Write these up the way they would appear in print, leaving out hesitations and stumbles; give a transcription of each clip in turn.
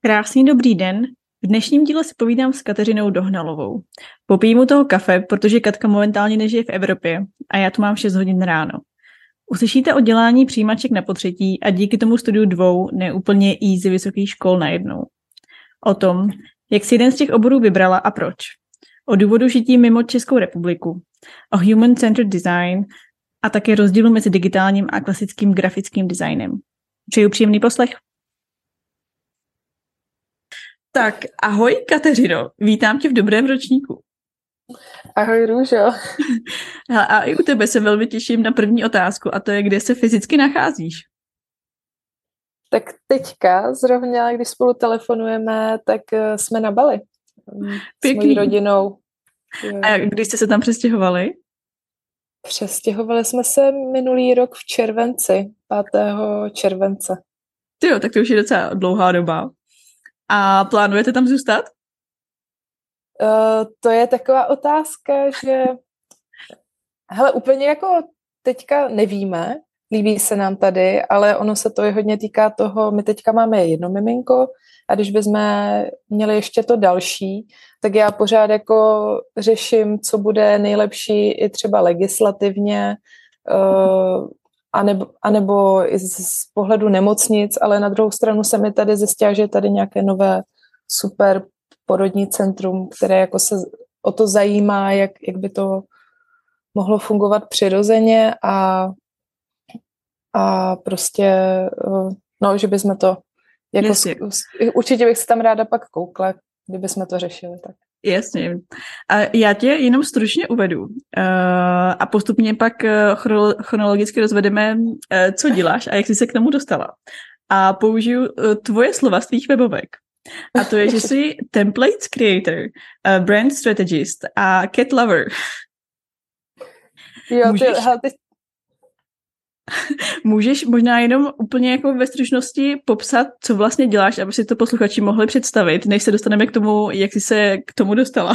Krásný dobrý den. V dnešním díle si povídám s Kateřinou Dohnalovou. Popijím u toho kafe, protože Katka momentálně nežije v Evropě a já tu mám 6 hodin ráno. Uslyšíte o dělání přijímaček na potřetí a díky tomu studiu 2 neúplně easy vysokých škol najednou. O tom, jak si jeden z těch oborů vybrala a proč. O důvodu žití mimo Českou republiku. O human-centered design a také rozdílu mezi digitálním a klasickým grafickým designem. Přeju příjemný poslech. Tak, ahoj Kateřino, vítám tě v dobrém ročníku. Ahoj Růžo. A i u tebe se velmi těším na první otázku a to je, kde se fyzicky nacházíš. Tak teďka zrovna, když spolu telefonujeme, tak jsme na Bali. Pěkný. S mojí rodinou. A když jste se tam přestěhovali? Přestěhovali jsme se minulý rok v červenci, 5. července. Tyjo, tak to už je docela dlouhá doba. A plánujete tam zůstat? To je taková otázka, že hele, úplně jako teďka nevíme, líbí se nám tady, ale ono se to i hodně týká toho, my teďka máme jedno miminko a když bychom měli ještě to další, tak já pořád jako řeším, co bude nejlepší i třeba legislativně, anebo i z pohledu nemocnic, ale na druhou stranu se mi tady zjistila, že je tady nějaké nové super porodní centrum, které jako se o to zajímá, jak by to mohlo fungovat přirozeně a prostě, no, že bychom to jako určitě bych se tam ráda pak koukla, kdyby jsme to řešili. Tak. Jasně. A já tě jenom stručně uvedu a postupně pak chronologicky rozvedeme, co děláš a jak jsi se k tomu dostala. A použiju tvoje slova z tvých webovek. A to je, že jsi templates creator, brand strategist a cat lover. Jo, Můžeš možná jenom úplně jako ve stručnosti popsat, co vlastně děláš, aby si to posluchači mohli představit, než se dostaneme k tomu, jak jsi se k tomu dostala.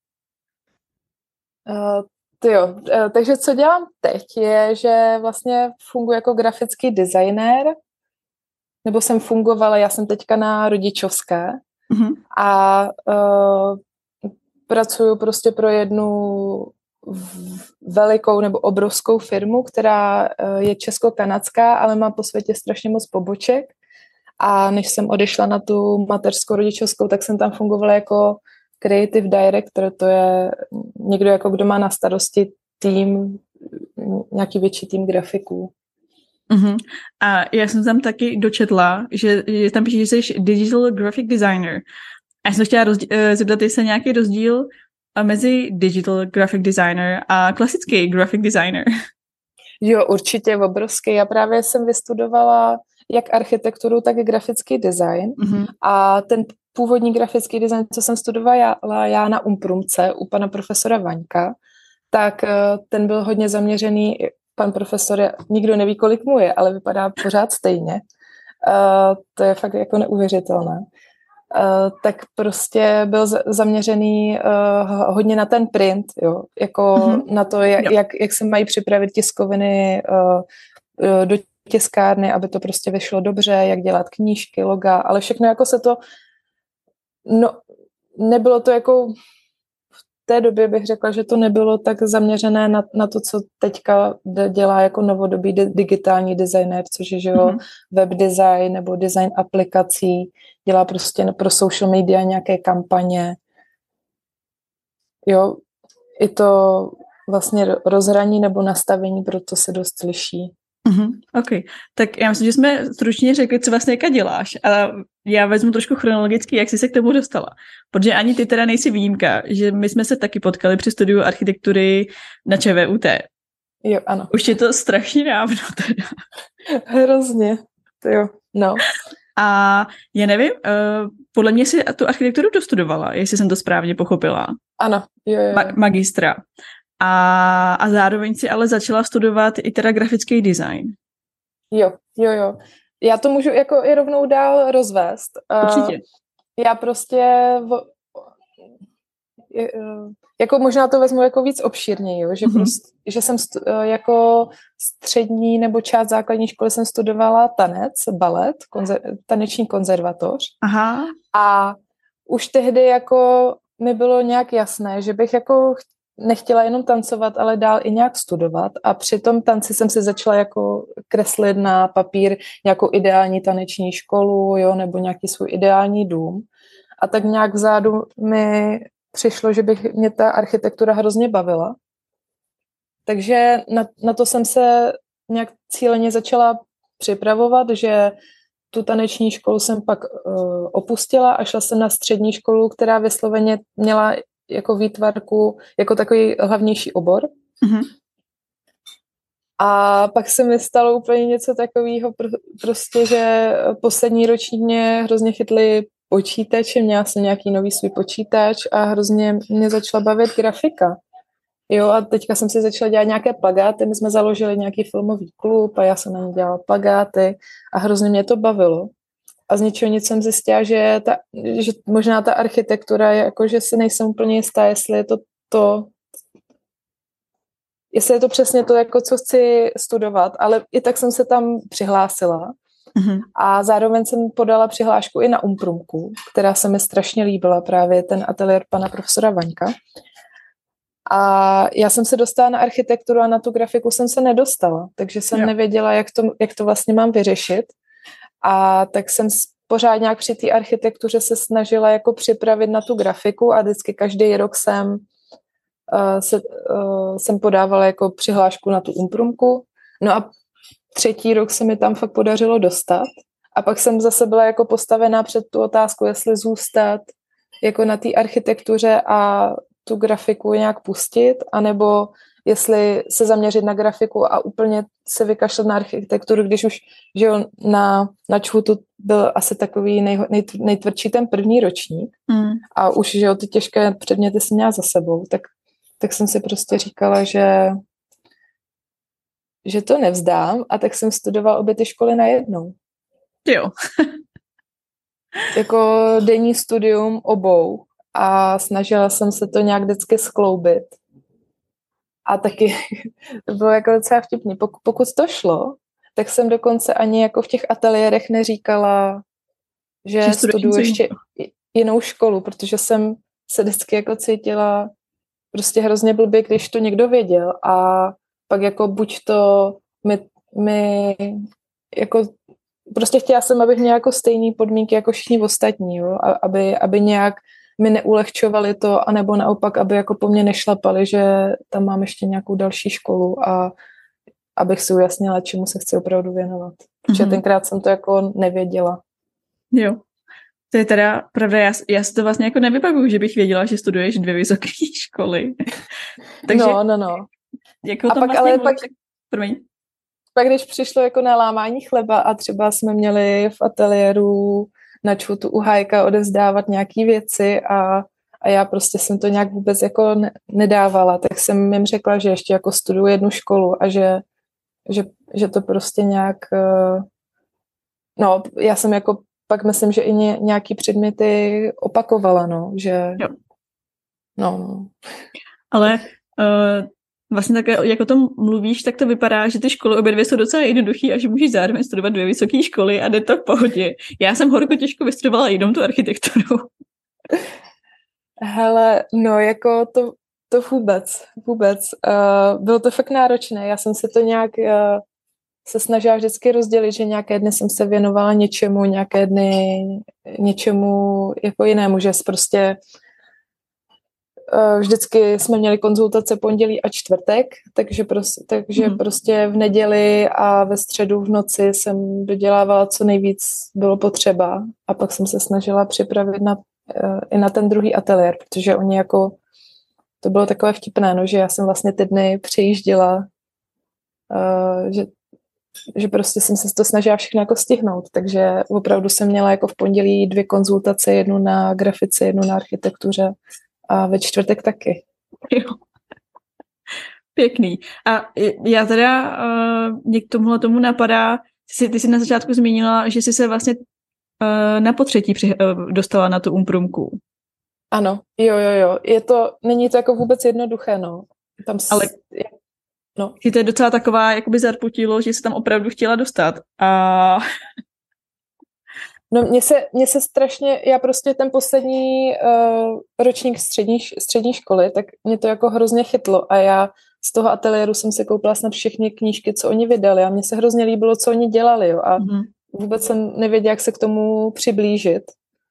Takže co dělám teď je, že vlastně funguji jako grafický designér, nebo jsem fungovala, já jsem teďka na rodičovské a pracuju prostě pro jednu velikou nebo obrovskou firmu, která je česko-kanadská, ale má po světě strašně moc poboček. A než jsem odešla na tu mateřskou rodičovskou, tak jsem tam fungovala jako creative director, to je někdo, jako kdo má na starosti tým, nějaký větší tým grafiků. A já jsem tam taky dočetla, že tam píše, že jsi digital graphic designer. A já jsem chtěla zeptat, jestli nějaký rozdíl mezi digital graphic designer a klasický graphic designer. Jo, určitě obrovský. Já právě jsem vystudovala jak architekturu, tak i grafický design. A ten původní grafický design, co jsem studovala já na Umprumce u pana profesora Vaňka, tak ten byl hodně zaměřený, pan profesor, nikdo neví, kolik mu je, ale vypadá pořád stejně. To je fakt jako neuvěřitelné. Tak prostě byl zaměřený hodně na ten print, jo, jako na to, jak se mají připravit tiskoviny do tiskárny, aby to prostě vyšlo dobře, jak dělat knížky, loga, ale všechno jako se to, no, nebylo to jako v té době bych řekla, že to nebylo tak zaměřené na to, co teďka dělá jako novodobý digitální designer, což je, že jo, web design nebo design aplikací, dělá prostě pro social media nějaké kampaně. Jo, i to vlastně rozhraní nebo nastavení, proto se dost liší. OK. Tak já myslím, že jsme stručně řekli, co vlastně děláš. A já vezmu trošku chronologicky, jak jsi se k tomu dostala. Protože ani ty teda nejsi výjimka, že my jsme se taky potkali při studiu architektury na ČVUT. Jo, ano. Už je to strašně dávno teda. Hrozně. Jo, no. A já nevím, podle mě si tu architekturu dostudovala, jestli jsem to správně pochopila. Ano, jo. Magistra. A zároveň si ale začala studovat i teda grafický design. Jo. Já to můžu jako i rovnou dál rozvést. Určitě. Já prostě jako možná to vezmu jako víc obšírně, jo? Že, že jsem jako střední nebo část základní školy jsem studovala tanec, balet, taneční konzervatoř. Aha. A už tehdy jako mi bylo nějak jasné, že bych jako nechtěla jenom tancovat, ale dál i nějak studovat a při tom tanci jsem si začala jako kreslit na papír nějakou ideální taneční školu, jo, nebo nějaký svůj ideální dům. A tak nějak vzadu mi přišlo, že bych mě ta architektura hrozně bavila. Takže na to jsem se nějak cíleně začala připravovat, že tu taneční školu jsem pak opustila a šla jsem na střední školu, která vysloveně měla jako výtvarku, jako takový hlavnější obor. Mm-hmm. A pak se mi stalo úplně něco takového, prostě, že poslední ročník mě hrozně chytli počítače, měla jsem nějaký nový svůj počítač a hrozně mě začala bavit grafika. Jo, a teďka jsem si začala dělat nějaké plakáty, my jsme založili nějaký filmový klub a já jsem na ně dělala plakáty a hrozně mě to bavilo. A z ničeho nic jsem zjistila, že možná ta architektura je jako, že si nejsem úplně jistá, jestli je jestli je to přesně to, jako co chci studovat, ale i tak jsem se tam přihlásila. Mm-hmm. A zároveň jsem podala přihlášku i na Umprumku, která se mi strašně líbila, právě ten ateliér pana profesora Vaňka. A já jsem se dostala na architekturu a na tu grafiku jsem se nedostala, takže jsem nevěděla, jak to vlastně mám vyřešit. A tak jsem pořád nějak při té architektuře se snažila jako připravit na tu grafiku a vždycky každý rok jsem podávala jako přihlášku na tu Umprumku. No a 3. rok se mi tam fakt podařilo dostat. A pak jsem zase byla jako postavená před tu otázku, jestli zůstat jako na té architektuře a tu grafiku nějak pustit, anebo jestli se zaměřit na grafiku a úplně se vykašlat na architekturu, když už, že jo, na ČVUTu byl asi takový nejtvrdší ten 1. ročník a už, že jo, ty těžké předměty jsem měla za sebou, tak jsem si prostě říkala, že to nevzdám a tak jsem studovala obě ty školy najednou. Jo. Jako denní studium obou a snažila jsem se to nějak vždycky skloubit. A taky to bylo jako docela vtipný. Pokud to šlo, tak jsem dokonce ani jako v těch ateliérech neříkala, že studuju ještě jinou školu, protože jsem se vždycky jako cítila prostě hrozně blbě, když to někdo věděl a pak jako buď to mi jako prostě chtěla jsem, abych měla jako stejné podmínky jako všichni ostatní, jo? Aby nějak mi neulehčovali to, anebo naopak, aby jako po mně nešlapali, že tam mám ještě nějakou další školu a abych si ujasnila, čemu se chci opravdu věnovat. Protože tenkrát jsem to jako nevěděla. Jo. To je teda pravda, já si to vlastně jako nevybavuju, že bych věděla, že studuješ 2 vysoké školy. Takže, no. Jako a pak, vlastně pak když přišlo jako na lámání chleba a třeba jsme měli v ateliéru na ČVUTu u Hájka odevzdávat nějaký věci a já prostě jsem to nějak vůbec jako nedávala, tak jsem jim řekla, že ještě jako studuju 1 školu a že to prostě nějak no, já jsem jako pak myslím, že i nějaký předměty opakovala, no, že no. Ale vlastně tak, jak o tom mluvíš, tak to vypadá, že ty školy obě 2 jsou docela jednoduchý a že můžeš zároveň studovat 2 vysoké školy a jde to v pohodě. Já jsem horko těžko vystudovala jenom tu architekturu. Hele, no jako to vůbec. Bylo to fakt náročné. Já jsem se to nějak se snažila vždycky rozdělit, že nějaké dny jsem se věnovala něčemu, nějaké dny něčemu jako jinému, že prostě vždycky jsme měli konzultace pondělí a čtvrtek, takže prostě v neděli a ve středu v noci jsem dodělávala, co nejvíc bylo potřeba a pak jsem se snažila připravit i na ten druhý ateliér, protože oni jako, to bylo takové vtipné, no, že já jsem vlastně ty dny přejížděla, že prostě jsem se to snažila všechno jako stihnout, takže opravdu jsem měla jako v pondělí 2 konzultace, 1 na grafice, 1 na architektuře a ve čtvrtek taky. Jo. Pěkný. A já teda mě k tomu napadá, ty jsi na začátku zmínila, že jsi se vlastně na potřetí dostala na tu Umprumku. Ano, jo. Není to jako vůbec jednoduché, no. Tam Ale no. to je docela taková, jakoby zarputilo, že se tam opravdu chtěla dostat. A No mně se strašně, já prostě ten poslední ročník střední školy, tak mě to jako hrozně chytlo a já z toho ateliéru jsem si koupila snad všechny knížky, co oni vydali a mně se hrozně líbilo, co oni dělali, jo, a vůbec jsem nevěděla, jak se k tomu přiblížit.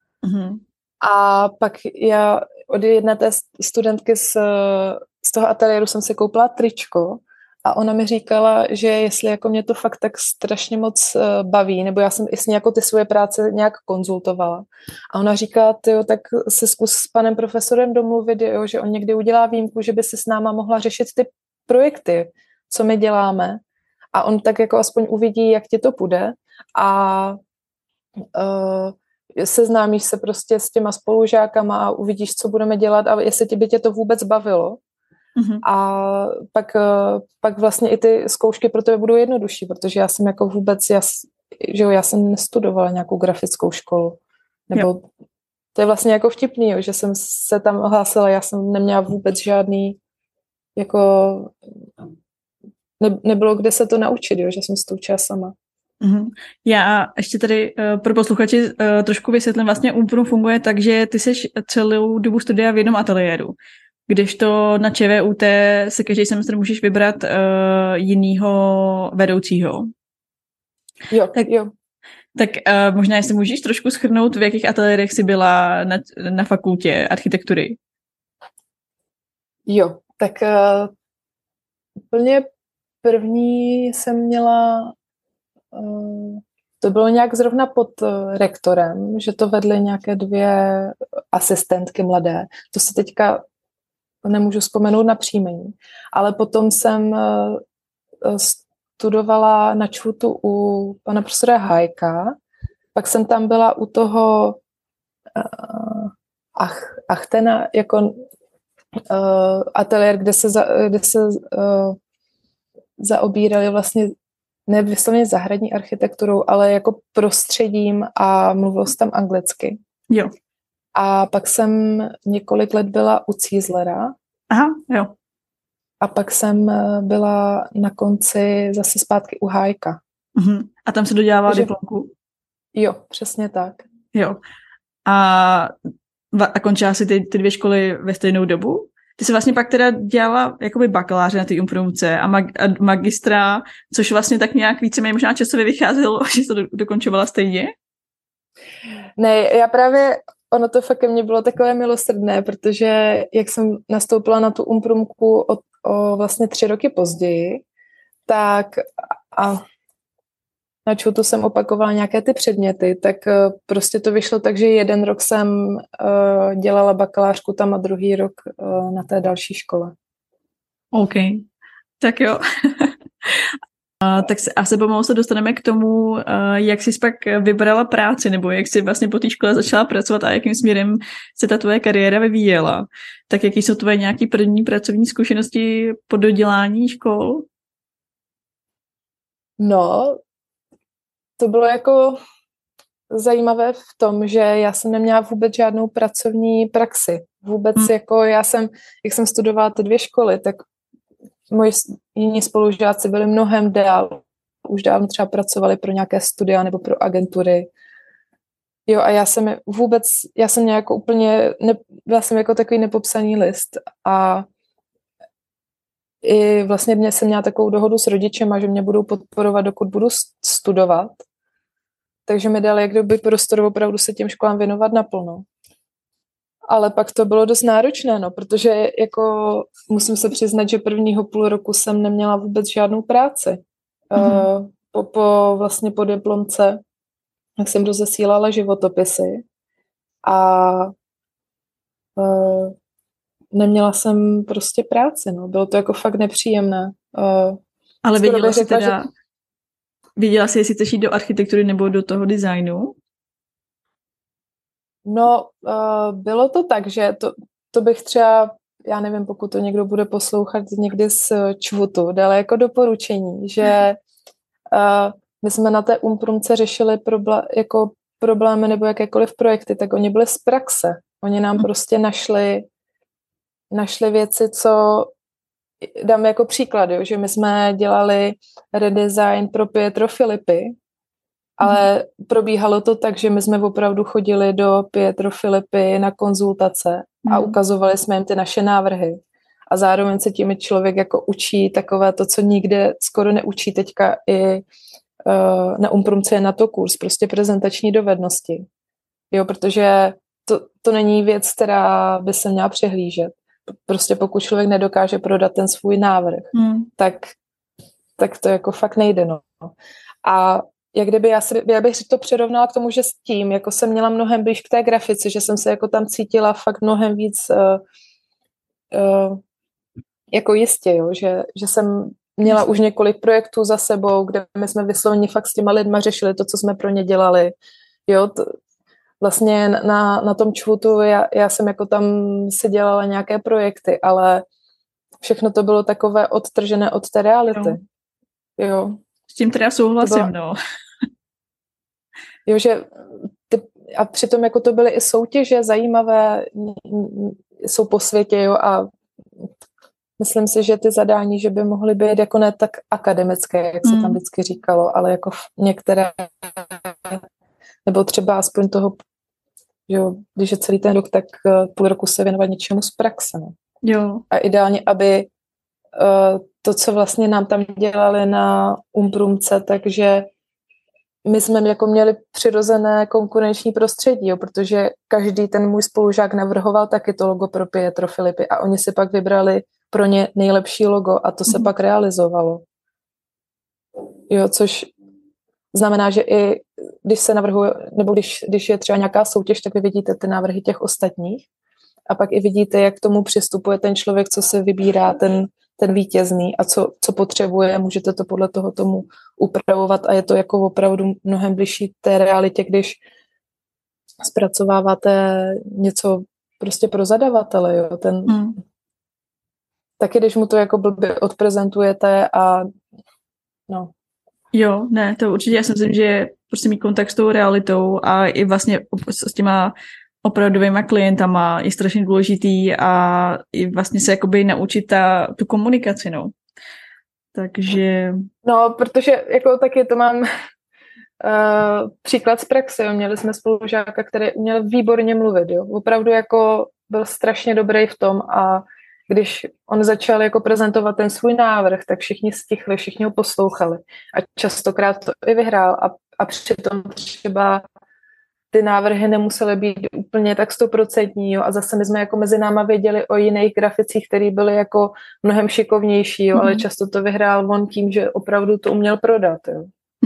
A pak já od jedné té studentky z toho ateliéru jsem si koupila tričko a ona mi říkala, že jestli jako mě to fakt tak strašně moc baví, nebo já jsem i s ní jako ty svoje práce nějak konzultovala. A ona říkala, tyjo, tak se zkus s panem profesorem domluvit, jo, že on někdy udělá výjimku, že by si s náma mohla řešit ty projekty, co my děláme. A on tak jako aspoň uvidí, jak ti to půjde. A seznámíš se prostě s těma spolužákama a uvidíš, co budeme dělat a jestli by tě to vůbec bavilo. A pak vlastně i ty zkoušky pro tebe budou jednodušší, protože já jsem jako vůbec, já jsem nestudovala nějakou grafickou školu. Nebo to je vlastně jako vtipný, jo, že jsem se tam hlásila, já jsem neměla vůbec žádný jako nebylo kde se to naučit, jo, že jsem se to učila sama. Já ještě tady pro posluchači trošku vysvětlím, vlastně Umprum funguje tak, že ty jsi celou dobu studia v jednom ateliéru, kdežto na ČVUT se každý semestr můžeš vybrat jinýho vedoucího. Jo. Tak možná, jestli můžeš trošku shrnout, v jakých ateliérech jsi byla na fakultě architektury. Jo, tak úplně první jsem měla, to bylo nějak zrovna pod rektorem, že to vedly nějaké 2 asistentky mladé. To se teďka nemůžu vzpomenout na příjmení. Ale potom jsem studovala na ČVUTu u pana profesora Hájka, pak jsem tam byla u toho Achtena jako ateliér, kde se zaobírali vlastně nevyslovně zahradní architekturou, ale jako prostředím a mluvilo se tam anglicky. Jo. A pak jsem několik let byla u Cízlera. Aha, jo. A pak jsem byla na konci zase zpátky u Hájka. A tam se dodělávala diplomku? Jo, přesně tak. Jo. A končila si ty 2 školy ve stejnou dobu? Ty jsi vlastně pak teda dělala jakoby bakaláře na té Umprumce a magistra, což vlastně tak nějak víceméně možná časově vycházelo, že to dokončovala stejně? Ne, já právě, ono to fakt ke mně bylo takové milosrdné, protože jak jsem nastoupila na tu Umprumku o vlastně 3 roky později, tak a na ČVUTu jsem opakovala nějaké ty předměty, tak prostě to vyšlo tak, že 1 rok jsem dělala bakalářku tam a druhý rok na té další škole. OK, tak jo. Tak se asi pomalu se dostaneme k tomu, jak jsi pak vybrala práci, nebo jak jsi vlastně po té škole začala pracovat a jakým směrem se ta tvoje kariéra vyvíjela. Tak jaký jsou tvoje nějaké první pracovní zkušenosti po dodělání škol? No, to bylo jako zajímavé v tom, že já jsem neměla vůbec žádnou pracovní praxi. Vůbec jako jak jsem studovala ty 2 školy, tak moji jiní spolužáci byli mnohem dál. Už dávno třeba pracovali pro nějaké studia nebo pro agentury. Jo, a já jsem měla jako úplně, byla jsem jako takový nepopsaný list a i vlastně jsem měla takovou dohodu s rodičema, že mě budou podporovat, dokud budu studovat. Takže mi dali jak kdyby prostor opravdu se těm školám věnovat naplno. Ale pak to bylo dost náročné, no, protože jako musím se přiznat, že prvního půl roku jsem neměla vůbec žádnou práci. Vlastně po diplomce tak jsem rozesílala životopisy a neměla jsem prostě práci, no. Bylo to jako fakt nepříjemné. Ale věděla jsi, jestli chceš jít do architektury nebo do toho designu? No, bylo to tak, že to bych třeba, já nevím, pokud to někdo bude poslouchat někdy z ČVUTu, dala jako doporučení, že my jsme na té Umprumce řešili problémy nebo jakékoliv projekty, tak oni byli z praxe. Oni nám prostě našli věci, co dám jako příklad, jo, že my jsme dělali redesign pro Pietro Filippi, ale probíhalo to tak, že my jsme opravdu chodili do Pietro Filippi na konzultace a ukazovali jsme jim ty naše návrhy. A zároveň se tím člověk jako učí takové to, co nikde skoro neučí teďka i na Umprumce je na to kurz, prostě prezentační dovednosti. Jo, protože to není věc, která by se měla přehlížet. Prostě pokud člověk nedokáže prodat ten svůj návrh, tak to jako fakt nejde. No. A jak kdyby já bych to přirovnala k tomu, že s tím, jako jsem měla mnohem blíž k té grafice, že jsem se jako tam cítila fakt mnohem víc jako jistě, jo, že jsem měla už několik projektů za sebou, kde my jsme vysloveně fakt s těma lidma řešili to, co jsme pro ně dělali. Jo, vlastně na tom čvutu já jsem jako tam si dělala nějaké projekty, ale všechno to bylo takové odtržené od té reality. Jo. S tím teda souhlasím, no. Jo, že a přitom jako to byly i soutěže zajímavé, jsou po světě, jo, a myslím si, že ty zadání, že by mohly být jako ne tak akademické, jak se tam vždycky říkalo, ale jako některé, nebo třeba aspoň toho, jo, když je celý ten rok, tak půl roku se věnovat něčemu z praxe. Ne? Jo. A ideálně, aby to, co vlastně nám tam dělali na Umprumce, takže my jsme jako měli přirozené konkurenční prostředí, jo, protože každý ten můj spolužák navrhoval taky to logo pro Pietro Filippi a oni si pak vybrali pro ně nejlepší logo a to se pak realizovalo. Jo, což znamená, že i když se navrhuje, nebo když je třeba nějaká soutěž, tak vy vidíte ty návrhy těch ostatních a pak i vidíte, jak k tomu přistupuje ten člověk, co se vybírá, ten vítězný a co potřebuje, můžete to podle toho tomu upravovat a je to jako opravdu mnohem bližší té realitě, když zpracováváte něco prostě pro zadavatele, jo, taky když mu to jako blbě odprezentujete a no. Jo, ne, to určitě, já si myslím, že prostě mít kontakt s tou realitou a i vlastně s těma opravdovýma klientama je strašně důležitý a i vlastně se jakoby naučit tu komunikaci, no. Takže... No, protože jako taky to mám příklad z praxe, jo. Měli jsme spolužáka, který uměl výborně mluvit, jo. Opravdu jako byl strašně dobrý v tom a když on začal jako prezentovat ten svůj návrh, tak všichni stichli, všichni ho poslouchali a častokrát to i vyhrál a přitom třeba ty návrhy nemusely být úplně tak 100%, a zase my jsme jako mezi náma věděli o jiných graficích, které byly jako mnohem šikovnější, jo, ale často to vyhrál on tím, že opravdu to uměl prodat. Jo.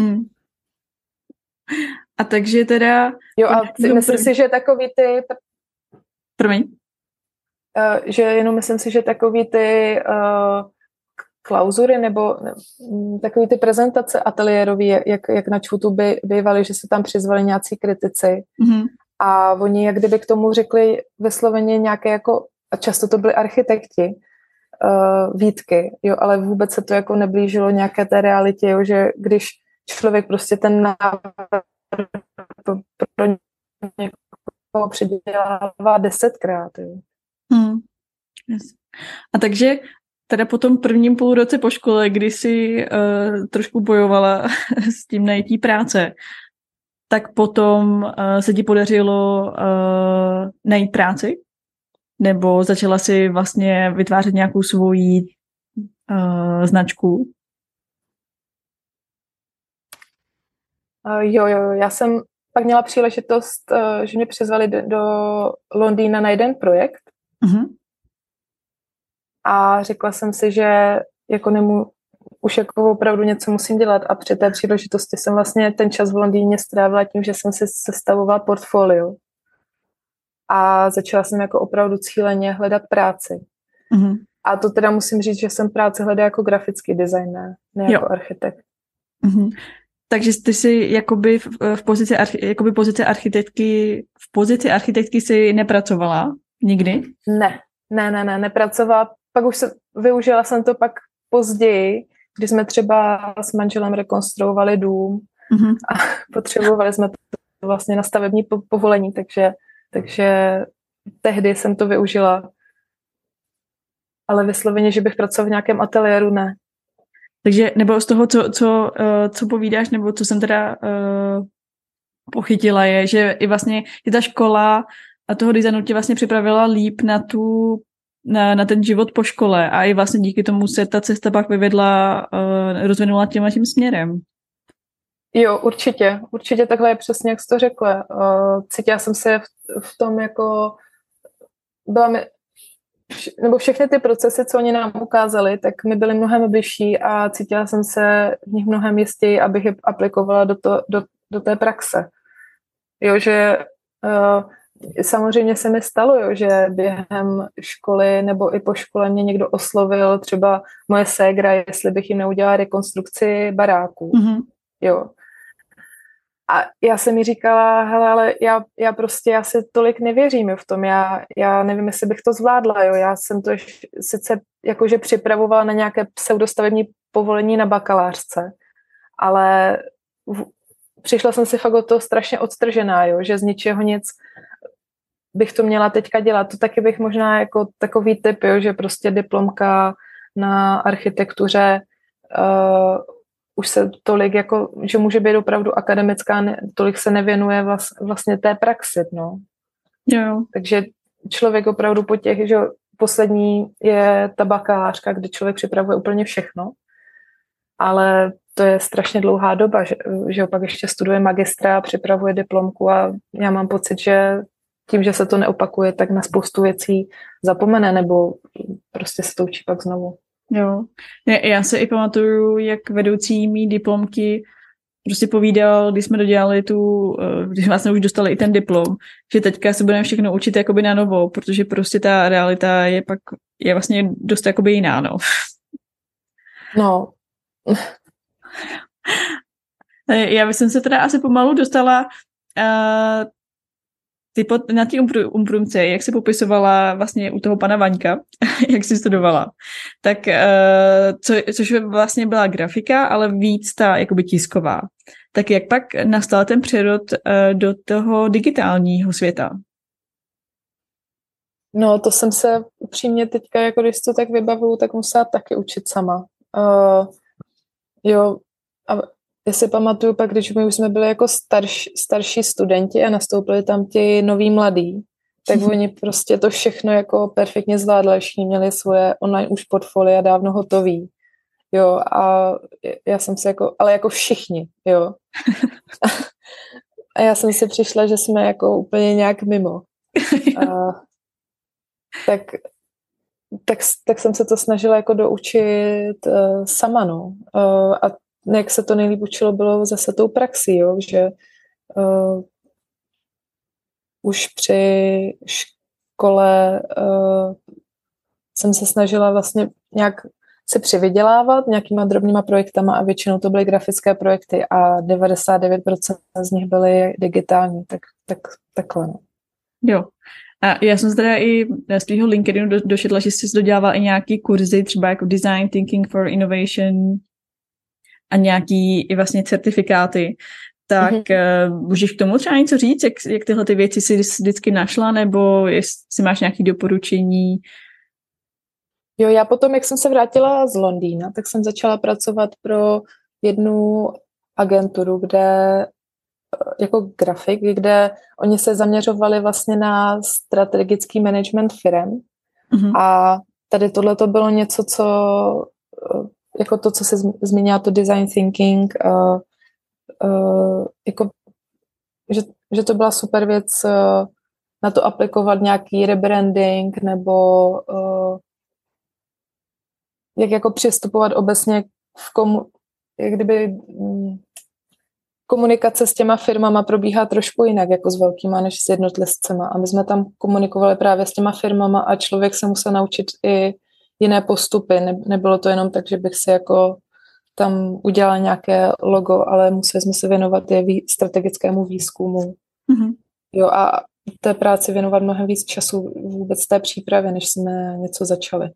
A takže teda... Jo a myslím si, že takový ty... Promiň. Že jenom myslím si, že takový ty klauzury nebo takový ty prezentace ateliérový, jak na čvutu bývaly, že se tam přizvali nějací kritici a oni jak kdyby k tomu řekli vysloveně nějaké jako, a často to byli architekti, výtky, jo, ale vůbec se to jako neblížilo nějaké té realitě, jo, že když člověk prostě ten návrh pro někoho předělává 10krát, jo. Yes. A takže teda po tom prvním půlroce po škole, kdy jsi trošku bojovala s tím najítí práce, tak potom se ti podařilo najít práci? Nebo začala si vlastně vytvářet nějakou svoji značku? Jo, já jsem pak měla příležitost, že mě přizvali do Londýna na jeden projekt. A řekla jsem si, že jako už jako opravdu něco musím dělat a při té příležitosti jsem vlastně ten čas v Londýně strávila tím, že jsem si sestavovala portfolio a začala jsem jako opravdu cíleně hledat práci. A to teda musím říct, že jsem práci hledala jako grafický designer, ne jako architekt. Takže ty jsi jakoby v pozici architektky si nepracovala nikdy? Ne, nepracovala. Pak už využila jsem to pak později, když jsme třeba s manželem rekonstruovali dům a potřebovali jsme to vlastně na stavební povolení, takže tehdy jsem to využila. Ale vysloveně, že bych pracovala v nějakém ateliéru, ne. Takže, nebo z toho, co povídáš, nebo co jsem teda pochytila, je, že i vlastně i ta škola a toho designu tě vlastně připravila líp na ten život po škole a i vlastně díky tomu se ta cesta pak vyvedla, rozvinula tím směrem. Jo, určitě. Určitě takhle je přesně, jak jsi to řekla. Cítila jsem se v tom jako... nebo všechny ty procesy, co oni nám ukázali, tak mi byly mnohem bližší a cítila jsem se v nich mnohem jistěji, abych je aplikovala do té praxe. Jo, že samozřejmě se mi stalo, jo, že během školy nebo i po škole mě někdo oslovil, třeba moje ségra, jestli bych jim neudělala rekonstrukci baráků. Mm-hmm. Jo. A já jsem mi říkala, hele, ale já si tolik nevěřím v tom, já nevím, jestli bych to zvládla, jo, já jsem to sice jakože připravovala na nějaké pseudostavební povolení na bakalářce, ale přišla jsem si fakt od toho strašně odstržená, jo, že z ničeho nic bych to měla teďka dělat, to taky bych možná jako takový typ, jo, že prostě diplomka na architektuře už se tolik, jako, že může být opravdu akademická, tolik se nevěnuje vlastně té praxi, no. Jo. Takže člověk opravdu po těch, že poslední je ta bakalářka, kdy člověk připravuje úplně všechno, ale to je strašně dlouhá doba, že opak ještě studuje magistra, připravuje diplomku a já mám pocit, že tím, že se to neopakuje, tak na spoustu věcí zapomene nebo prostě se to učí pak znovu. Jo, já se i pamatuju, jak vedoucí mý diplomky prostě povídal, když jsme dodělali když vlastně už dostali i ten diplom, že teďka se budeme všechno učit jakoby na novo, protože prostě ta realita je vlastně dost jakoby jiná, no. No. Já bych se teda asi pomalu dostala na té umprumce, jak se popisovala vlastně u toho pana Vaňka, jak jsi studovala, tak což vlastně byla grafika, ale víc ta jakoby tisková. Tak jak pak nastal ten přerod do toho digitálního světa? No, to jsem se upřímně teďka, jako když to tak vybavuju, tak musela taky učit sama. Jo, a já si pamatuju pak, když my už jsme byli jako starší studenti a nastoupili tam ti noví mladí, tak oni prostě to všechno jako perfektně zvládli, všichni měli svoje online už portfolia dávno hotový. Jo, a já jsem si jako, ale jako všichni, jo. A já jsem si přišla, že jsme jako úplně nějak mimo. Tak jsem se to snažila jako doučit sama, no. A jak se to nejlíp učilo, bylo zase tou praxí, jo, že už při škole jsem se snažila vlastně nějak se přivydělávat nějakýma drobnýma projektama a většinou to byly grafické projekty a 99% z nich byly digitální, takhle. No. Jo. A já jsem se teda i z tvýho LinkedInu došetla, že jsi dodělával i nějaký kurzy, třeba jako Design Thinking for Innovation a nějaký i vlastně certifikáty. Tak můžeš k tomu třeba něco říct, jak tyhle ty věci si vždycky našla, nebo jestli máš nějaké doporučení? Jo, já potom, jak jsem se vrátila z Londýna, tak jsem začala pracovat pro jednu agenturu, kde jako grafik, kde oni se zaměřovali vlastně na strategický management firem. A tady tohle to bylo něco, co jako to, co se zmínila, to design thinking, jako, že to byla super věc na to aplikovat nějaký rebranding nebo jak jako přistupovat obecně jak kdyby komunikace s těma firmama probíhá trošku jinak jako s velkýma než s jednotlivcema. A my jsme tam komunikovali právě s těma firmama a člověk se musel naučit i jiné postupy. Nebylo to jenom tak, že bych si jako tam udělala nějaké logo, ale museli jsme se věnovat i strategickému výzkumu. Jo, a té práci věnovat mnohem víc času vůbec té přípravě, než jsme něco začali.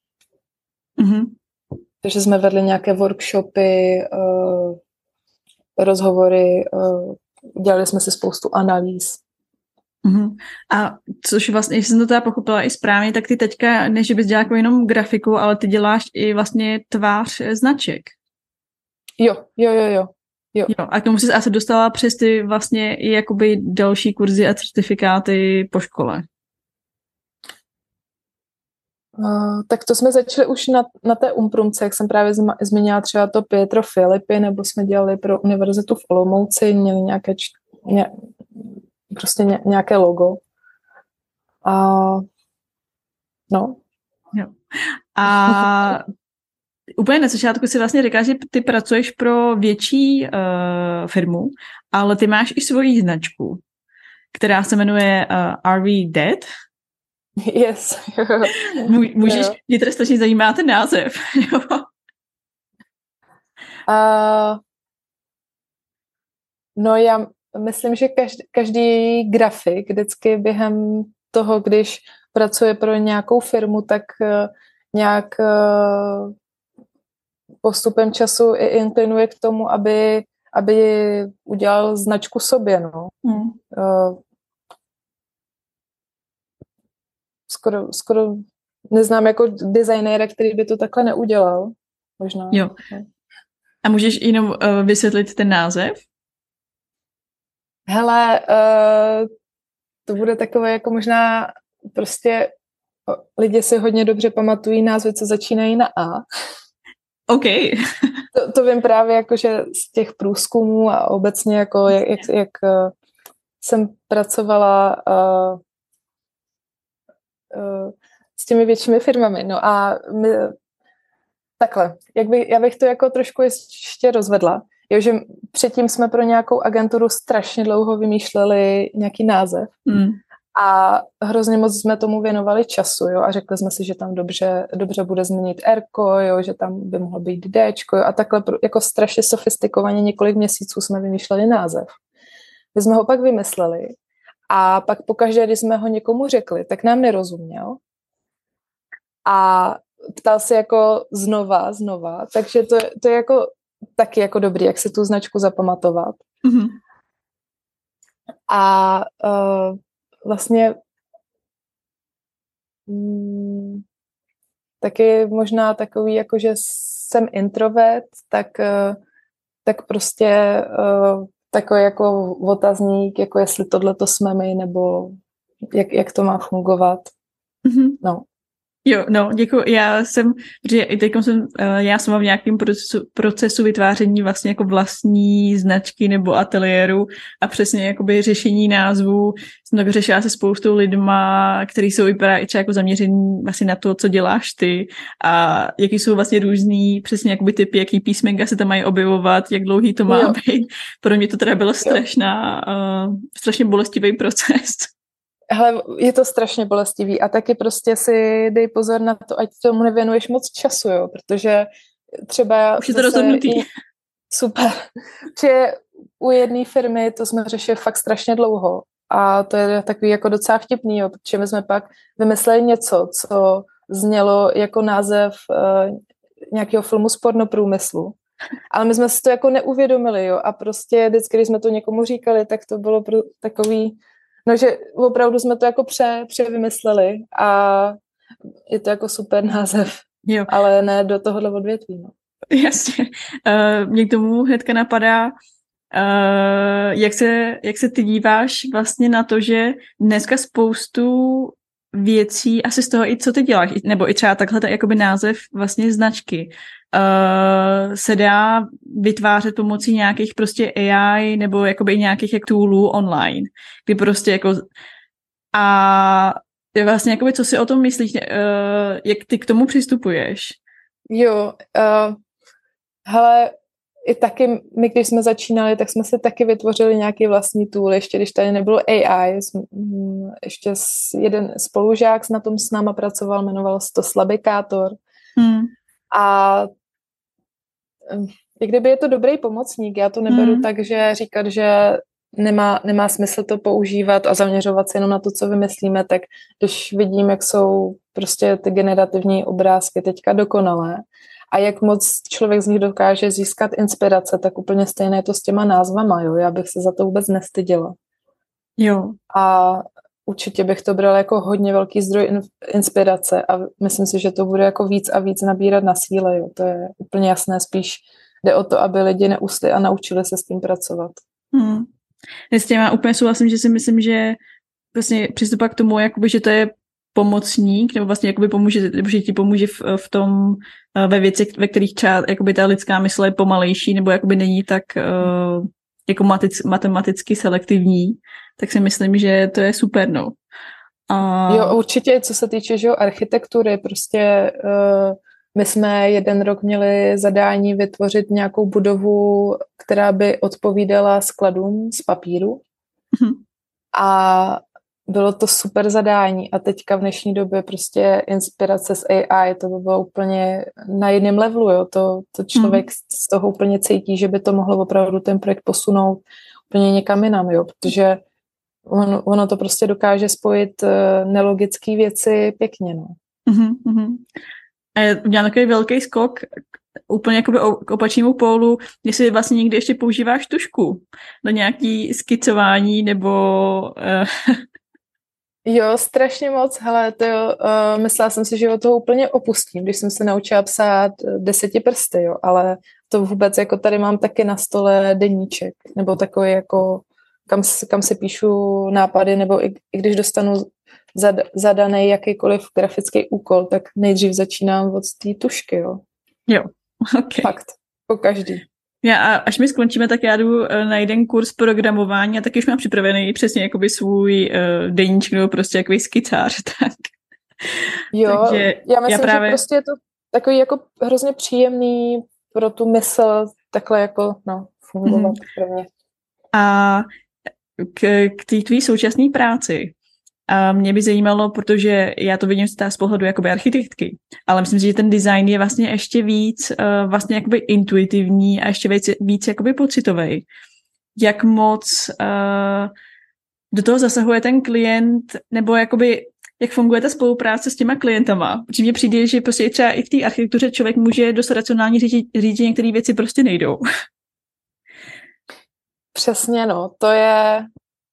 Takže jsme vedli nějaké workshopy, rozhovory, dělali jsme si spoustu analýz. Uh-huh. A což vlastně, jestli jsem to teda pochopila i správně, tak ty teďka, než bys dělala jako jenom grafiku, ale ty děláš i vlastně tvář značek. Jo. Jo, a k tomu jsi asi dostala přes ty vlastně i jakoby další kurzy a certifikáty po škole. Tak to jsme začali už na té umprumce, jak jsem právě zmínila třeba to Pietro Filippi, nebo jsme dělali pro univerzitu v Olomouci, měli nějaké logo. No. Jo. A úplně na začátku si vlastně říká, že ty pracuješ pro větší firmu, ale ty máš i svoji značku, která se jmenuje Are We Dead? Yes. Můžeš, mě teda strašně zajímá ten název. No já myslím, že každý grafik vždycky během toho, když pracuje pro nějakou firmu, tak nějak postupem času i inklinuje k tomu, aby udělal značku sobě, no. Skoro neznám jako designéra, který by to takhle neudělal. Možná. Jo. A můžeš jenom vysvětlit ten název? Hele, to bude takové jako možná prostě lidi si hodně dobře pamatují názvy, co začínají na A. OK. To vím právě jako, že z těch průzkumů a obecně jako jak jsem pracovala s těmi většími firmami. No a takhle, já bych to jako trošku ještě rozvedla. Jo, že předtím jsme pro nějakou agenturu strašně dlouho vymýšleli nějaký název a hrozně moc jsme tomu věnovali času, jo, a řekli jsme si, že tam dobře bude změnit R-ko, jo, že tam by mohlo být D-čko, jo, a takhle jako strašně sofistikovaně několik měsíců jsme vymýšleli název. My jsme ho pak vymysleli a pak pokaždé, když jsme ho někomu řekli, tak nám nerozuměl a ptal se jako znova, takže to je jako taky jako dobrý, jak si tu značku zapamatovat. Mm-hmm. A vlastně taky možná takový, jako že jsem introvert, tak prostě takový jako otazník, jako jestli tohleto jsme my, nebo jak to má fungovat. Mm-hmm. No. Jo, no, děkuji. Já jsem v nějakém procesu vytváření vlastně jako vlastní značky nebo ateliéru a přesně jakoby řešení názvů jsem tak řešila se spoustou lidma, kteří jsou vypadá i třeba jako zaměření vlastně na to, co děláš ty a jaký jsou vlastně různý přesně jakoby typy, jaký písmenka se tam mají objevovat, jak dlouhý to má být. Pro mě to teda bylo strašně bolestivý proces. Hele, je to strašně bolestivý a taky prostě si dej pozor na to, ať tomu nevěnuješ moc času, jo, protože třeba... Už je to rozhodnutý. Super. Protože u jedné firmy to jsme řešili fakt strašně dlouho a to je takový jako docela vtipný, jo, protože my jsme pak vymysleli něco, co znělo jako název nějakého filmu z pornoprůmyslu. Ale my jsme si to jako neuvědomili, jo, a prostě vždycky, když jsme to někomu říkali, tak to bylo takový... No, že opravdu jsme to jako převymysleli a je to jako super název, jo. Ale ne do tohohle odvětví. No. Jasně. Mě k tomu hnedka napadá, jak se ty díváš vlastně na to, že dneska spoustu věcí, asi z toho i co ty děláš, nebo i třeba takhle jakoby název vlastně značky, se dá vytvářet pomocí nějakých prostě AI nebo jakoby nějakých jak toolů online, kdy prostě jako a vlastně jakoby co si o tom myslíš, jak ty k tomu přistupuješ? Jo, hele, i taky my, když jsme začínali, tak jsme si taky vytvořili nějaký vlastní tool, ještě když tady nebylo AI, ještě jeden spolužák na tom s náma pracoval, jmenoval se to Slabikátor. A i kdyby je to dobrý pomocník, já to neberu tak, že říkat, že nemá smysl to používat a zaměřovat se jenom na to, co vymyslíme, tak když vidím, jak jsou prostě ty generativní obrázky teďka dokonalé a jak moc člověk z nich dokáže získat inspirace, tak úplně stejné je to s těma názvama, jo, já bych se za to vůbec nestyděla. Jo. A určitě bych to brala jako hodně velký zdroj inspirace a myslím si, že to bude jako víc a víc nabírat na síle, jo. To je úplně jasné, spíš jde o to, aby lidi neusli a naučili se s tím pracovat. S těma úplně souhlasím, že si myslím, že vlastně přístup k tomu, jakoby, že to je pomocník, nebo vlastně jakoby pomůže, nebo že ti pomůže v tom, ve věcech, ve kterých třeba jakoby ta lidská mysl je pomalejší, nebo jakoby není tak jako matematicky selektivní, tak si myslím, že to je super, no. Jo, určitě, co se týče, že jo, architektury, prostě my jsme jeden rok měli zadání vytvořit nějakou budovu, která by odpovídala skladům z papíru. A bylo to super zadání a teďka v dnešní době prostě inspirace z AI, to by bylo úplně na jiném levelu, jo. To člověk z toho úplně cítí, že by to mohlo opravdu ten projekt posunout úplně někam jinam, jo, protože ono to prostě dokáže spojit nelogické věci pěkně, no. A já udělám takový velký skok úplně jakoby k opačnému pólu, jestli vlastně někdy ještě používáš tužku na nějaký skicování nebo... Jo, strašně moc, hele, to jo, myslela jsem si, že od toho úplně opustím, když jsem se naučila psát 10 prsty, jo, ale to vůbec, jako tady mám taky na stole deníček, nebo takový jako, kam si píšu nápady, nebo i když dostanu zadaný jakýkoliv grafický úkol, tak nejdřív začínám od té tužky, jo. Jo, ok. Fakt, po každý. Já, až my skončíme, tak já jdu na jeden kurz programování a taky už mám připravený přesně jakoby svůj deníček nebo prostě jakoby skicář, tak. Jo, takže já myslím, že prostě je to takový jako hrozně příjemný pro tu mysl takhle jako, fungovat prvně. A k té tvý současné práci, a mě by zajímalo, protože já to vidím z pohledu jakoby architektky, ale myslím si, že ten design je vlastně ještě víc vlastně jakoby intuitivní a ještě víc jakoby pocitový. Jak moc do toho zasahuje ten klient, nebo jakoby jak funguje ta spolupráce s těma klientama. Protože mně přijde, že prostě třeba i v té architektuře člověk může dost racionálně říct, že některé věci prostě nejdou. Přesně, no. To je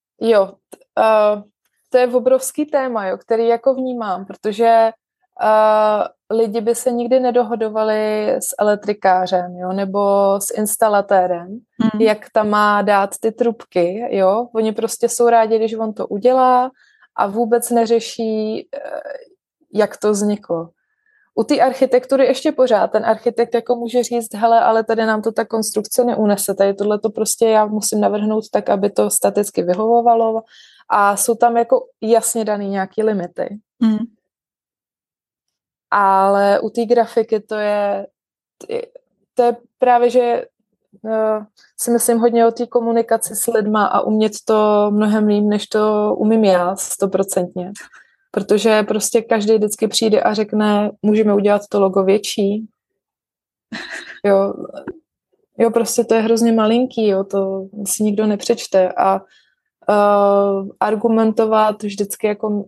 to je obrovský téma, jo, který jako vnímám, protože lidi by se nikdy nedohodovali s elektrikářem, jo, nebo s instalatérem, jak tam má dát ty trubky, jo. Oni prostě jsou rádi, když on to udělá a vůbec neřeší, jak to vzniklo. U té architektury ještě pořád ten architekt jako může říct, hele, ale tady nám to ta konstrukce neunese, tady tohle to prostě já musím navrhnout tak, aby to staticky vyhovovalo a jsou tam jako jasně daný nějaký limity. Ale u té grafiky to je právě, že si myslím hodně o té komunikaci s lidma a umět to mnohem líp, než to umím já 100%. Protože prostě každý vždycky přijde a řekne, můžeme udělat to logo větší. Jo, prostě to je hrozně malinký, jo, to si nikdo nepřečte a argumentovat vždycky jako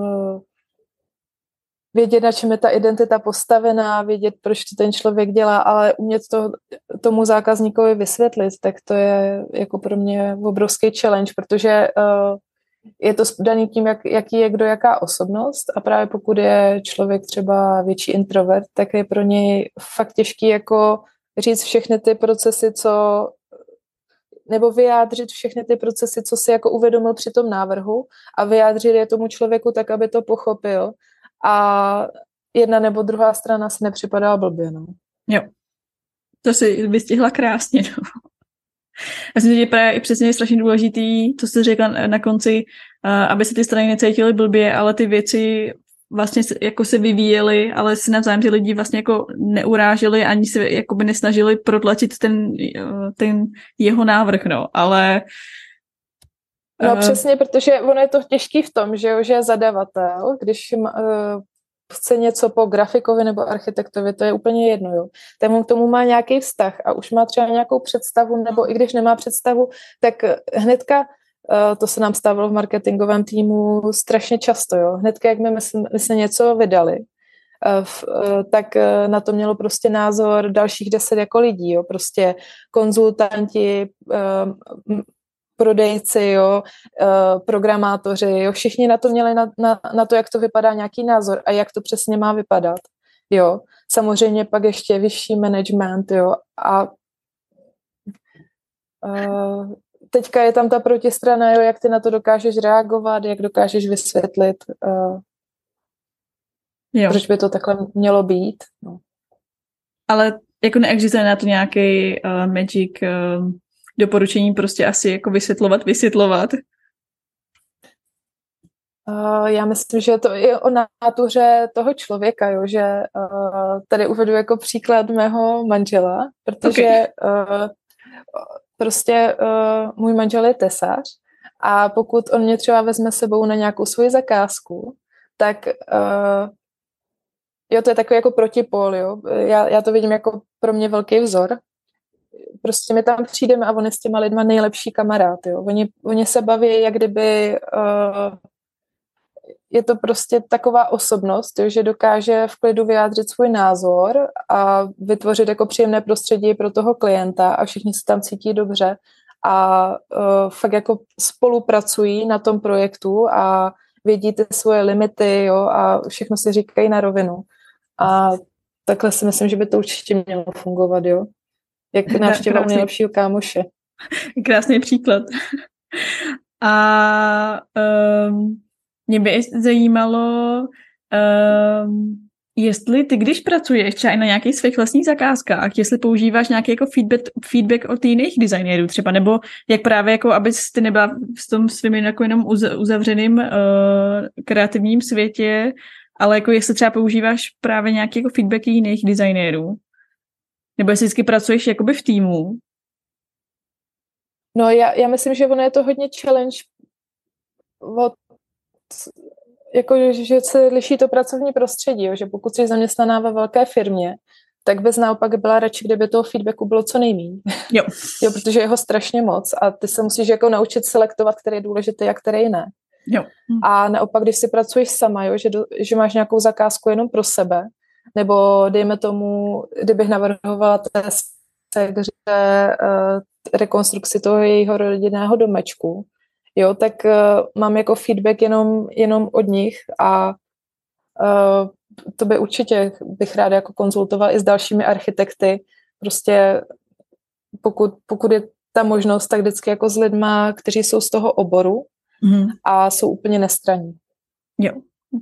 vědět, na čem je ta identita postavená, vědět, proč to ten člověk dělá, ale umět to tomu zákazníkovi vysvětlit, tak to je jako pro mě obrovský challenge, protože je to daný tím, jaký je kdo, jaká osobnost a právě pokud je člověk třeba větší introvert, tak je pro něj fakt těžký jako říct všechny ty procesy, nebo vyjádřit všechny ty procesy, co si jako uvědomil při tom návrhu a vyjádřit je tomu člověku tak, aby to pochopil a jedna nebo druhá strana si nepřipadá blbě, no. Jo, to si vystihla krásně, no. Já myslím, že právě i přesně je strašně důležitý, to jste řekla na konci, aby se ty strany necítily blbě, ale ty věci vlastně jako se vyvíjely, ale si navzájem ty lidi vlastně jako neuráželi, ani se jakoby nesnažili protlačit ten jeho návrh, no, ale... No přesně, protože ono je to těžký v tom, že zadavatel, když chce něco po grafikovi nebo architektovi, to je úplně jedno, jo. Ten k tomu má nějaký vztah a už má třeba nějakou představu, nebo i když nemá představu, tak hnedka, to se nám stávalo v marketingovém týmu strašně často, jo. Hnedka, jak my jsme něco vydali, tak na to mělo prostě názor dalších 10 jako lidí, jo. Prostě konzultanti, prodejci, jo, programátoři, jo, všichni na to měli na to, jak to vypadá, nějaký názor a jak to přesně má vypadat, jo. Samozřejmě pak ještě vyšší management, jo, a teďka je tam ta protistrana, jo, jak ty na to dokážeš reagovat, jak dokážeš vysvětlit, proč by to takhle mělo být. No. Ale jako neexistuje na to nějaký magic doporučení, prostě asi jako vysvětlovat. Já myslím, že to je o nátuře toho člověka, jo, že tady uvedu jako příklad mého manžela, protože prostě můj manžel je tesař a pokud on mě třeba vezme sebou na nějakou svoji zakázku, tak jo, to je takový jako protipól, jo. Já to vidím jako pro mě velký vzor. Prostě my tam přijdeme a on je s těma lidma nejlepší kamarád, jo. Oni se baví, jak kdyby je to prostě taková osobnost, jo, že dokáže v klidu vyjádřit svůj názor a vytvořit jako příjemné prostředí pro toho klienta a všichni se tam cítí dobře a fakt jako spolupracují na tom projektu a vědí ty svoje limity, jo, a všechno si říkají na rovinu. A takhle si myslím, že by to určitě mělo fungovat, jo. Jak návštěva u nejlepšího kámoše. Krásný příklad. A mě by zajímalo, jestli ty, když pracuješ třeba i na nějakých svých vlastních zakázkách, jestli používáš nějaký jako feedback od jiných designérů třeba, nebo jak právě jako, abys ty nebyla v tom svým jako jenom uzavřeným kreativním světě, ale jako jestli třeba používáš právě nějaký jako feedback jiných designérů, nebo jestli vždycky pracuješ jakoby v týmu. No já myslím, že ono je to hodně challenge od jako, že se liší to pracovní prostředí, jo, že pokud jsi zaměstnaná ve velké firmě, tak bys naopak byla radši, kdyby toho feedbacku bylo co nejméně. Jo. Jo, protože je ho strašně moc a ty se musíš jako naučit selektovat, který je důležitý a který ne. Jo. A naopak, když si pracuješ sama, jo, že máš nějakou zakázku jenom pro sebe, nebo dejme tomu, kdybych navrhovala že rekonstrukci toho jejího rodinného domečku, jo, tak mám jako feedback jenom od nich a to by určitě bych ráda jako konzultovala i s dalšími architekty. Prostě pokud je ta možnost, tak vždycky jako s lidma, kteří jsou z toho oboru a jsou úplně nestranní. Jo.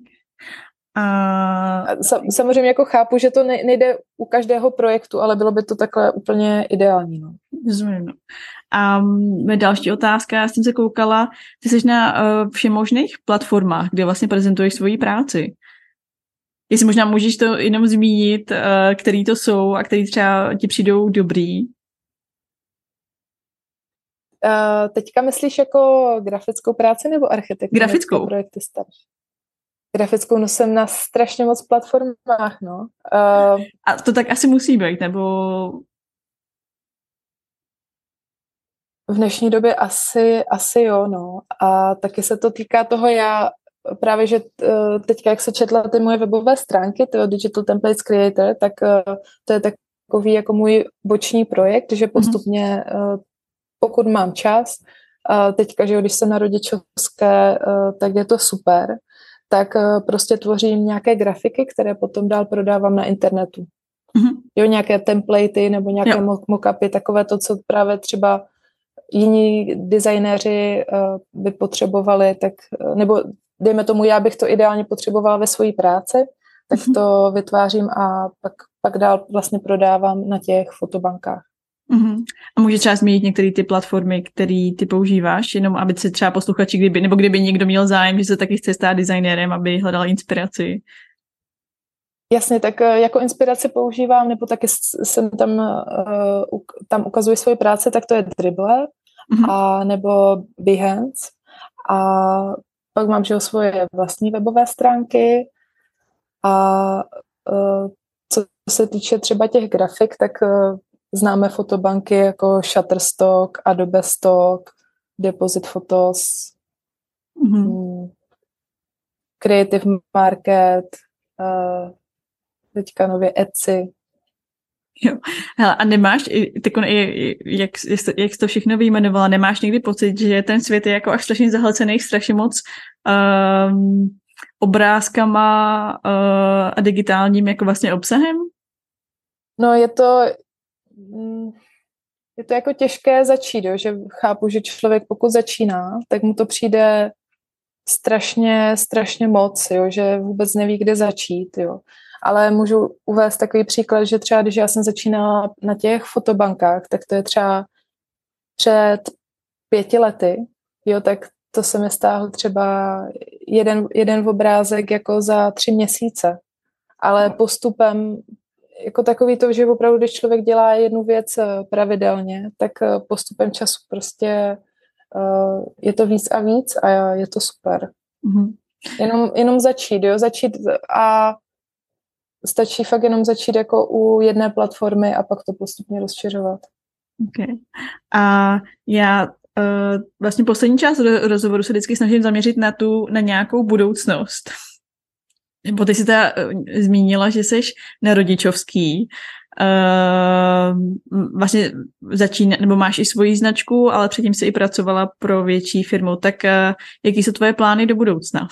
Samozřejmě jako chápu, že to nejde u každého projektu, ale bylo by to takhle úplně ideální. No. Rozumím. A další otázka, já jsem se koukala, ty jsi na všemožných platformách, kde vlastně prezentuješ svoji práci. Jestli možná můžeš to jenom zmínit, který to jsou a který třeba ti přijdou dobrý. Teďka myslíš jako grafickou práci nebo architektu? Grafickou. Projekty starší. Grafickou, no jsem na strašně moc platformách, no. A to tak asi musí být, nebo... V dnešní době asi jo, no. A taky se to týká toho, já právě, že teďka, jak se četla ty moje webové stránky, toho Digital Templates Creator, tak to je takový jako můj boční projekt, že postupně, pokud mám čas, teďka, že když jsem na rodičovské, tak je to super, tak prostě tvořím nějaké grafiky, které potom dál prodávám na internetu. Jo, nějaké templatey nebo nějaké mockupy, takové to, co právě třeba jiní designéři by potřebovali, tak, nebo dejme tomu, já bych to ideálně potřebovala ve své práci, tak to vytvářím a pak dál vlastně prodávám na těch fotobankách. A může třeba zmínit některé ty platformy, které ty používáš, jenom aby se třeba posluchači, kdyby někdo měl zájem, že se taky chce stát designérem, aby hledal inspiraci. Jasně, tak jako inspiraci používám, nebo taky jsem tam ukazuji svoji práci, tak to je Dribbble, a nebo Behance. A pak mám svoje vlastní webové stránky a co se týče třeba těch grafik, tak známe fotobanky jako Shutterstock, Adobe Stock, Deposit Photos, Creative Market, teďka nově Etsy. Jo. Hele, a nemáš, jak jsi to všechno vyjmenovala, nemáš někdy pocit, že ten svět je jako až strašně zahlcený, strašně moc obrázkama a digitálním jako vlastně obsahem? No je to jako těžké začít, jo? Že chápu, že člověk pokud začíná, tak mu to přijde strašně moc, jo? Že vůbec neví, kde začít. Jo? Ale můžu uvést takový příklad, že třeba když já jsem začínala na těch fotobankách, tak to je třeba před 5 lety, jo, tak to se mi stáhl třeba jeden obrázek jako za 3 měsíce. Ale postupem, jako takový to, že opravdu, když člověk dělá jednu věc pravidelně, tak postupem času prostě je to víc a víc a je to super. Mm-hmm. Jenom začít, jo, a stačí fakt jenom začít jako u jedné platformy a pak to postupně rozšiřovat. Okay. A já vlastně poslední část rozhovoru se vždycky snažím zaměřit na nějakou budoucnost. Bo ty jsi teda zmínila, že jsi na rodičovský. Vlastně nebo máš i svoji značku, ale předtím jsi i pracovala pro větší firmu. Tak jaký jsou tvoje plány do budoucna?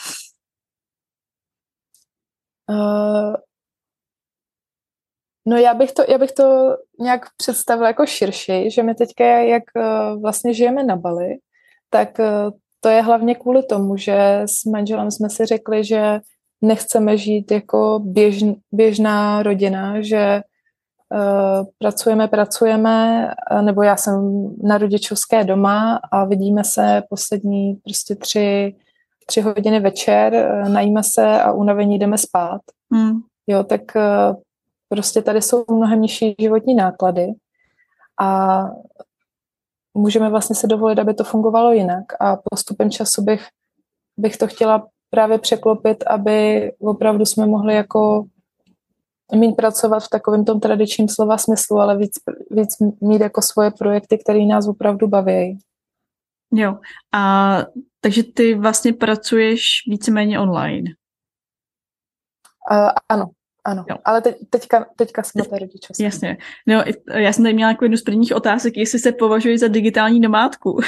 No já bych to nějak představila jako širší, že my teďka, jak vlastně žijeme na Bali, tak to je hlavně kvůli tomu, že s manželem jsme si řekli, že nechceme žít jako běžná rodina, že pracujeme, nebo já jsem na rodičovské doma a vidíme se poslední prostě 3 hodiny večer, najíme se a unavení jdeme spát. Jo, tak prostě tady jsou mnohem nižší životní náklady a můžeme vlastně se dovolit, aby to fungovalo jinak a postupem času bych to chtěla právě překlopit, aby opravdu jsme mohli jako méně pracovat v takovém tom tradičním slova smyslu, ale víc mít jako svoje projekty, které nás opravdu baví. Jo, a takže ty vlastně pracuješ víceméně online? Ano. Jo. Ale teďka jsme na té rodičovské. Jasně. No, já jsem tady měla jako jednu z prvních otázek, jestli se považuješ za digitální nomádku.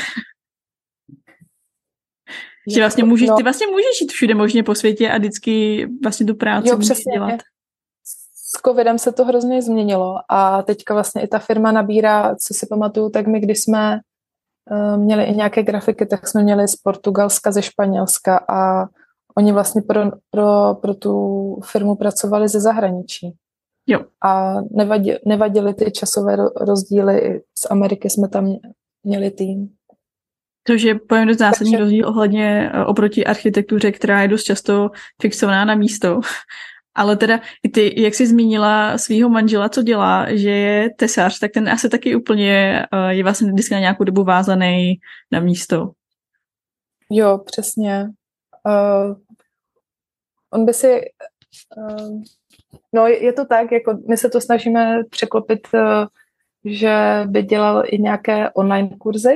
Že vlastně ty vlastně můžeš jít všude možně po světě a vždycky vlastně tu práci můžeš dělat. S covidem se to hrozně změnilo a teďka vlastně i ta firma nabírá, co si pamatuju, tak my, když jsme měli i nějaké grafiky, tak jsme měli z Portugalska, ze Španělska a oni vlastně pro tu firmu pracovali ze zahraničí. Jo. A nevadily ty časové rozdíly, i z Ameriky jsme tam měli tým. Což je pojem dost zásadní rozdíl ohledně oproti architektuře, která je dost často fixovaná na místo. Ale teda ty, jak jsi zmínila svýho manžela, co dělá, že je tesař, tak ten asi taky úplně je vlastně vždycky na nějakou dobu vázaný na místo. Jo, přesně. On by si... no, je to tak, jako my se to snažíme překlopit, že by dělal i nějaké online kurzy,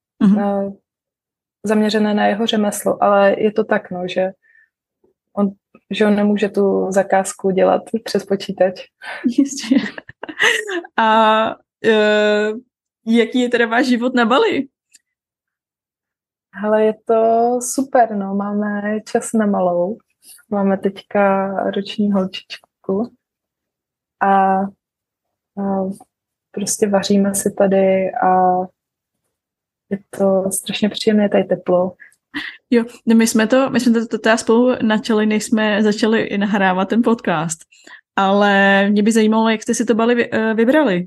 zaměřené na jeho řemeslo, ale je to tak, no, že on nemůže tu zakázku dělat přes počítač. Jistě. A jaký je teda váš život na Bali? Hele, je to super, no, máme čas na malou. Máme teďka roční holčičku a prostě vaříme si tady a je to strašně příjemné, tady teplo. Jo, my jsme to teda spolu načali, než jsme začali i nahrávat ten podcast, ale mě by zajímalo, jak jste si to Bali vybrali.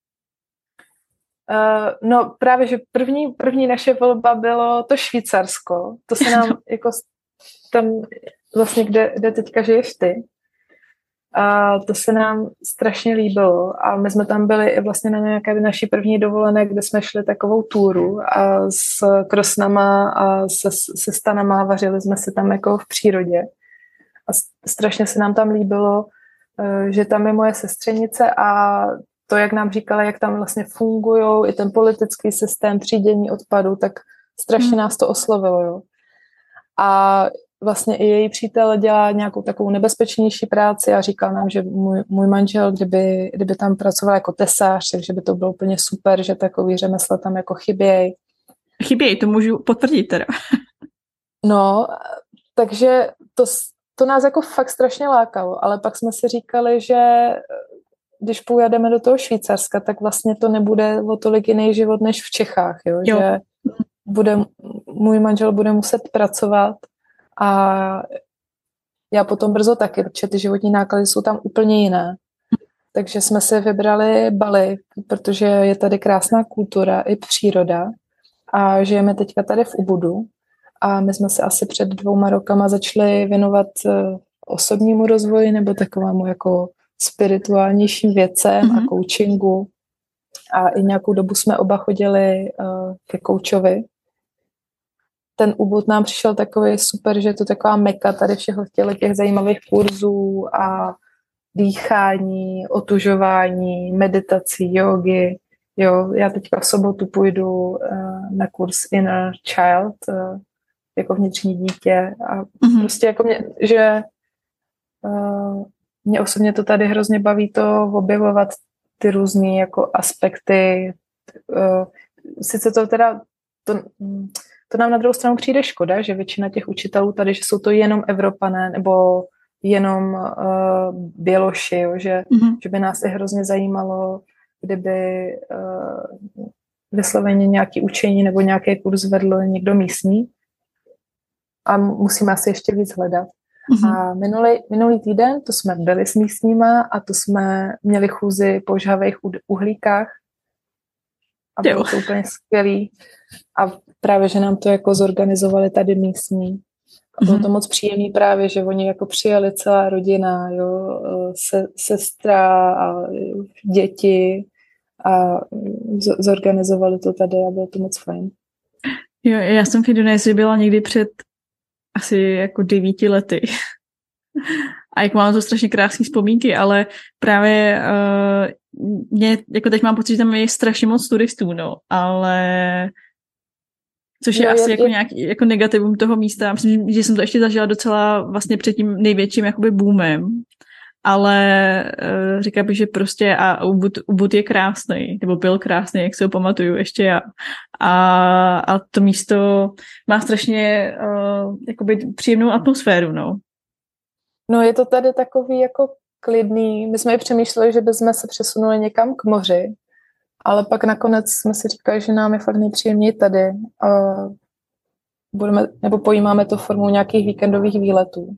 No právě, že první naše volba bylo to Švýcarsko. To se nám jako tam vlastně, kde teďka žiješ ty. A to se nám strašně líbilo a my jsme tam byli i vlastně na nějaké naší první dovolené, kde jsme šli takovou túru a s krosnama a se stanama vařili jsme si tam jako v přírodě a strašně se nám tam líbilo, že tam je moje sestřenice a to, jak nám říkala, jak tam vlastně fungujou i ten politický systém třídění odpadu, tak strašně nás to oslovilo, jo. A vlastně i její přítel dělá nějakou takovou nebezpečnější práci a říkal nám, že můj manžel, kdyby tam pracoval jako tesař, takže by to bylo úplně super, že takový řemesla tam jako chybějí. Chybějí, to můžu potvrdit teda. No, takže to nás jako fakt strašně lákalo, ale pak jsme si říkali, že když pojedeme do toho Švýcarska, tak vlastně to nebude o tolik jiný život než v Čechách, jo? Že můj manžel bude muset pracovat a já potom brzo taky, protože ty životní náklady jsou tam úplně jiné. Takže jsme si vybrali Bali, protože je tady krásná kultura i příroda a žijeme teďka tady v Ubudu a my jsme se asi před 2 rokama začali věnovat osobnímu rozvoji nebo takovému jako spirituálnějším věcem a coachingu a i nějakou dobu jsme oba chodili ke koučovi. Ten Ubud nám přišel takový super, že je to taková meka tady všeho těch zajímavých kurzů a dýchání, otužování, meditací, jogy. Jo, já teďka v sobotu půjdu na kurz Inner Child, jako vnitřní dítě a prostě jako mě osobně to tady hrozně baví to objevovat ty různý jako aspekty. Sice to teda to nám na druhou stranu přijde škoda, že většina těch učitelů tady, že jsou to jenom Evropané nebo jenom Běloši, jo, že by nás i hrozně zajímalo, kdyby vysloveně nějaké učení nebo nějaký kurz vedl někdo místní a musíme asi ještě víc hledat. A minulý týden to jsme byli s místníma a to jsme měli chůzi po žhavých uhlíkách a bylo to úplně skvělý. A právě, že nám to jako zorganizovali tady místní. A bylo to moc příjemný právě, že oni jako přijeli celá rodina, jo, sestra a děti a zorganizovali to tady a bylo to moc fajn. Jo, já jsem v Indonésii byla někdy před asi jako 9 lety. A jak mám to strašně krásné vzpomínky, ale právě mě, jako teď mám pocit, že tam je strašně moc turistů, no, ale což je asi jako nějaký jako negativum toho místa. Myslím, že jsem to ještě zažila docela vlastně před tím největším jakoby boomem, ale říkám bych, že prostě a Ubud je krásný, nebo byl krásný, jak se ho pamatuju ještě já. A to místo má strašně jakoby příjemnou atmosféru, no. No je to tady takový jako klidný. My jsme i přemýšleli, že bychom se přesunuli někam k moři, ale pak nakonec jsme si říkali, že nám je fakt nejpříjemněji tady. Nebo pojímáme to formou nějakých víkendových výletů.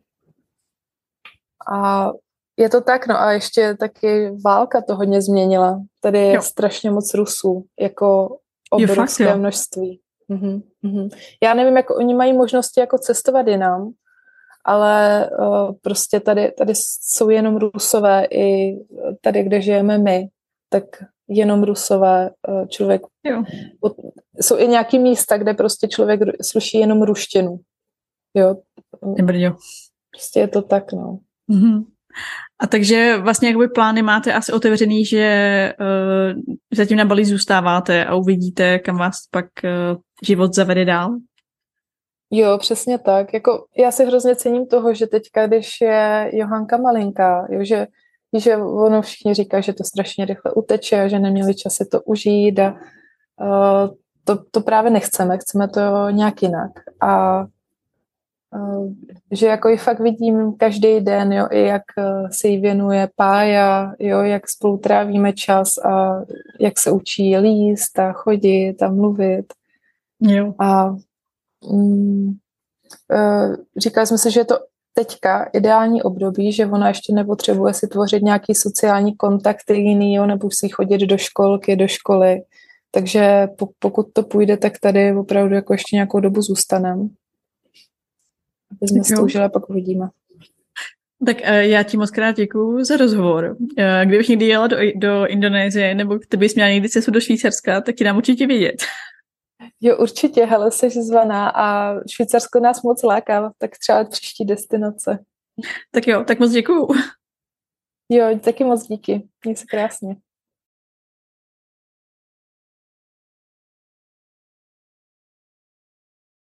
A je to tak, no a ještě taky válka to hodně změnila. Tady je strašně moc Rusů, jako obrovské množství. Já nevím, jak oni mají možnosti jako cestovat jinam, ale prostě tady jsou jenom Rusové i tady, kde žijeme my, tak jenom Rusové, člověk. Jsou i nějaký místa, kde prostě člověk slyší jenom ruštinu. Jo. Prostě je to tak, no. A takže vlastně jakoby plány máte asi otevřený, že zatím na Bali zůstáváte a uvidíte, kam vás pak život zavede dál? Jo, přesně tak. Jako, já si hrozně cením toho, že teďka, když je Johanka malinká, jo, že ono všichni říká, že to strašně rychle uteče, že neměli čas si to užít a to právě nechceme. Chceme to nějak jinak. A že jako ji fakt vidím každý den, jo, i jak se jí věnuje Pája, jo, jak spolu trávíme čas a jak se učí líst a chodit a mluvit. Jo. A říkali jsme si, že je to teďka ideální období, že ona ještě nepotřebuje si tvořit nějaký sociální kontakty jiný, jo, nebo si chodit do školky, do školy. Takže pokud to půjde, tak tady opravdu jako ještě nějakou dobu zůstaneme. Aby jsme si to užili a pak uvidíme. Tak já ti moc krát děkuju za rozhovor. Kdybych někdy jela do Indonésie, nebo kdybys měla někdy cestu do Švýcarska, tak ti dám určitě vědět. Jo, určitě, hele, jsi zvaná a Švýcarsko nás moc láká, tak třeba příští destinace. Tak jo, tak moc děkuju. Jo, taky moc díky. Měj se krásně.